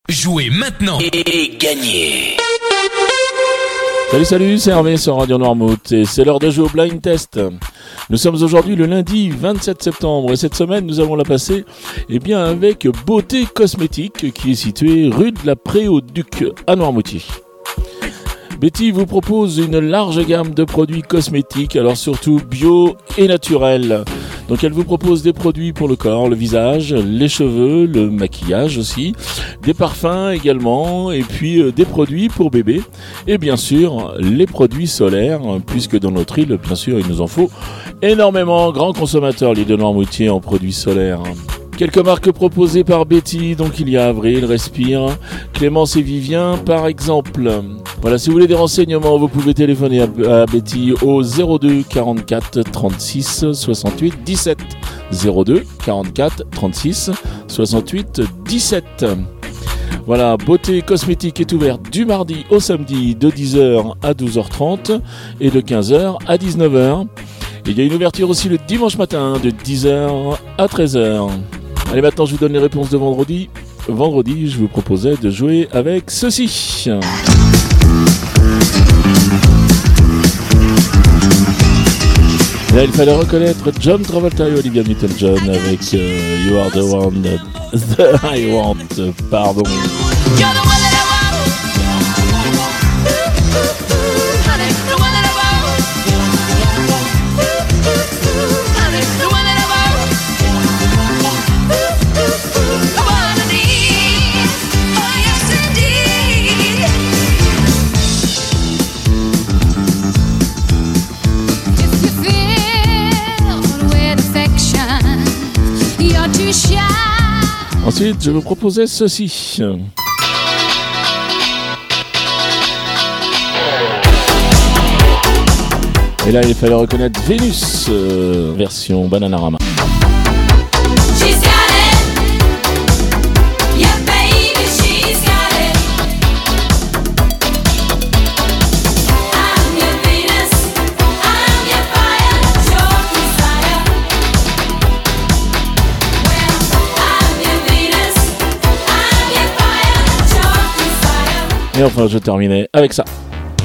Jouez maintenant et gagnez. Salut, c'est Hervé sur Radio Noirmouth et c'est l'heure de jouer au Blind Test. Nous sommes aujourd'hui le lundi 27 septembre et cette semaine nous allons la passer avec Beauté Cosmétique qui est située rue de la Pré-aux-Ducs à Noirmoutier. Betty vous propose une large gamme de produits cosmétiques, alors surtout bio et naturels. Donc elle vous propose des produits pour le corps, le visage, les cheveux, le maquillage aussi, des parfums également, et puis des produits pour bébé. Et bien sûr, les produits solaires, puisque dans notre île, bien sûr, il nous en faut énormément. Grand consommateur, l'île de Noirmoutier, en produits solaires. Quelques marques proposées par Betty, donc il y a Avril, Respire, Clémence et Vivien par exemple. Voilà, si vous voulez des renseignements, vous pouvez téléphoner à Betty au 02 44 36 68 17. 02 44 36 68 17. Voilà, Beauté Cosmétique est ouverte du mardi au samedi de 10h à 12h30 et de 15h à 19h. Et il y a une ouverture aussi le dimanche matin de 10h à 13h. Allez, maintenant je vous donne les réponses de vendredi. Vendredi, je vous proposais de jouer avec ceci. Là, il fallait reconnaître John Travolta et Olivia Newton-John avec You Are the One That I Want. Pardon. Ensuite, je vous proposais ceci. Et là, il fallait reconnaître Vénus, version Bananarama. Et enfin, je terminais avec ça.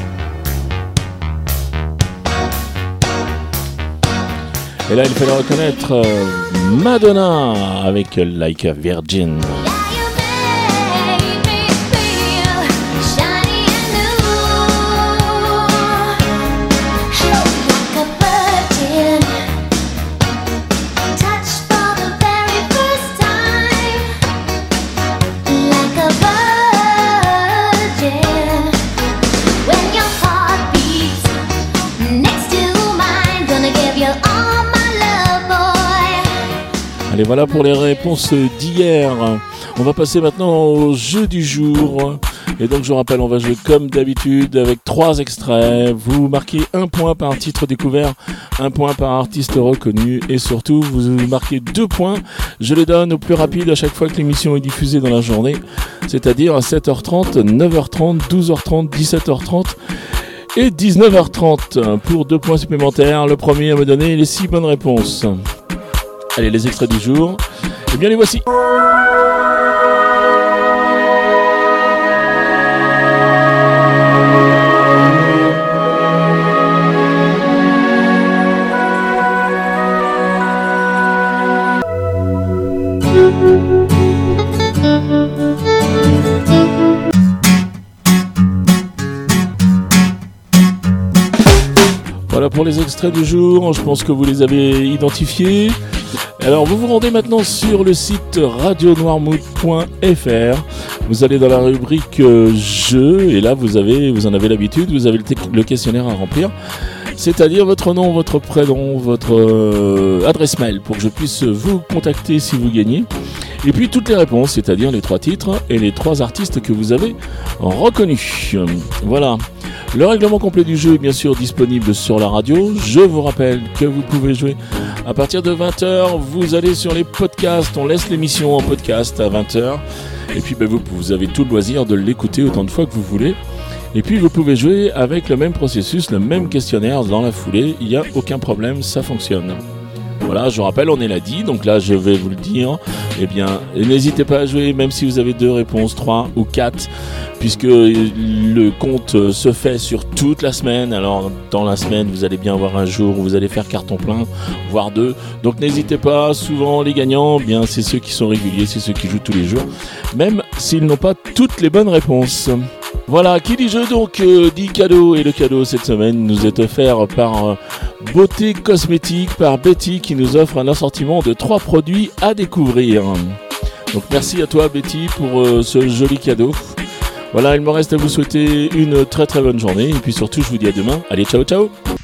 Et là, il fallait reconnaître Madonna avec Like a Virgin. Et voilà pour les réponses d'hier. On va passer maintenant au jeu du jour. Et donc je rappelle, on va jouer comme d'habitude avec 3 extraits. Vous marquez 1 point par titre découvert, 1 point par artiste reconnu et surtout vous marquez 2 points. Je les donne au plus rapide à chaque fois que l'émission est diffusée dans la journée, c'est-à-dire à 7h30, 9h30, 12h30, 17h30 et 19h30 pour 2 points supplémentaires. Le premier à me donner les 6 bonnes réponses. Allez, les extraits du jour, eh bien les voici. Voilà pour les extraits du jour, je pense que vous les avez identifiés. Alors vous vous rendez maintenant sur le site radionoirmouth.fr. Vous allez dans la rubrique jeux et là vous en avez l'habitude, vous avez le questionnaire à remplir. C'est-à-dire votre nom, votre prénom, votre adresse mail pour que je puisse vous contacter si vous gagnez. Et puis toutes les réponses, c'est-à-dire les 3 titres et les 3 artistes que vous avez reconnus. Voilà. Le règlement complet du jeu est bien sûr disponible sur la radio. Je vous rappelle que vous pouvez jouer à partir de 20h. Vous allez sur les podcasts. On laisse l'émission en podcast à 20h. Et puis vous avez tout le loisir de l'écouter autant de fois que vous voulez. Et puis vous pouvez jouer avec le même processus, le même questionnaire dans la foulée. Il n'y a aucun problème, ça fonctionne. Voilà, je rappelle, on est lundi, donc là je vais vous le dire. Eh bien, n'hésitez pas à jouer, même si vous avez 2 réponses, 3 ou 4, puisque le compte se fait sur toute la semaine. Alors, dans la semaine, vous allez bien avoir un jour où vous allez faire carton plein, voire 2. Donc, n'hésitez pas. Souvent, les gagnants, bien, c'est ceux qui sont réguliers, c'est ceux qui jouent tous les jours, même s'ils n'ont pas toutes les bonnes réponses. Voilà, qui dit jeu donc dit cadeau, et le cadeau cette semaine nous est offert par Beauté Cosmétique, par Betty, qui nous offre un assortiment de 3 produits à découvrir. Donc merci à toi Betty pour ce joli cadeau. Voilà, il me reste à vous souhaiter une très très bonne journée, et puis surtout je vous dis à demain. Allez, ciao ciao.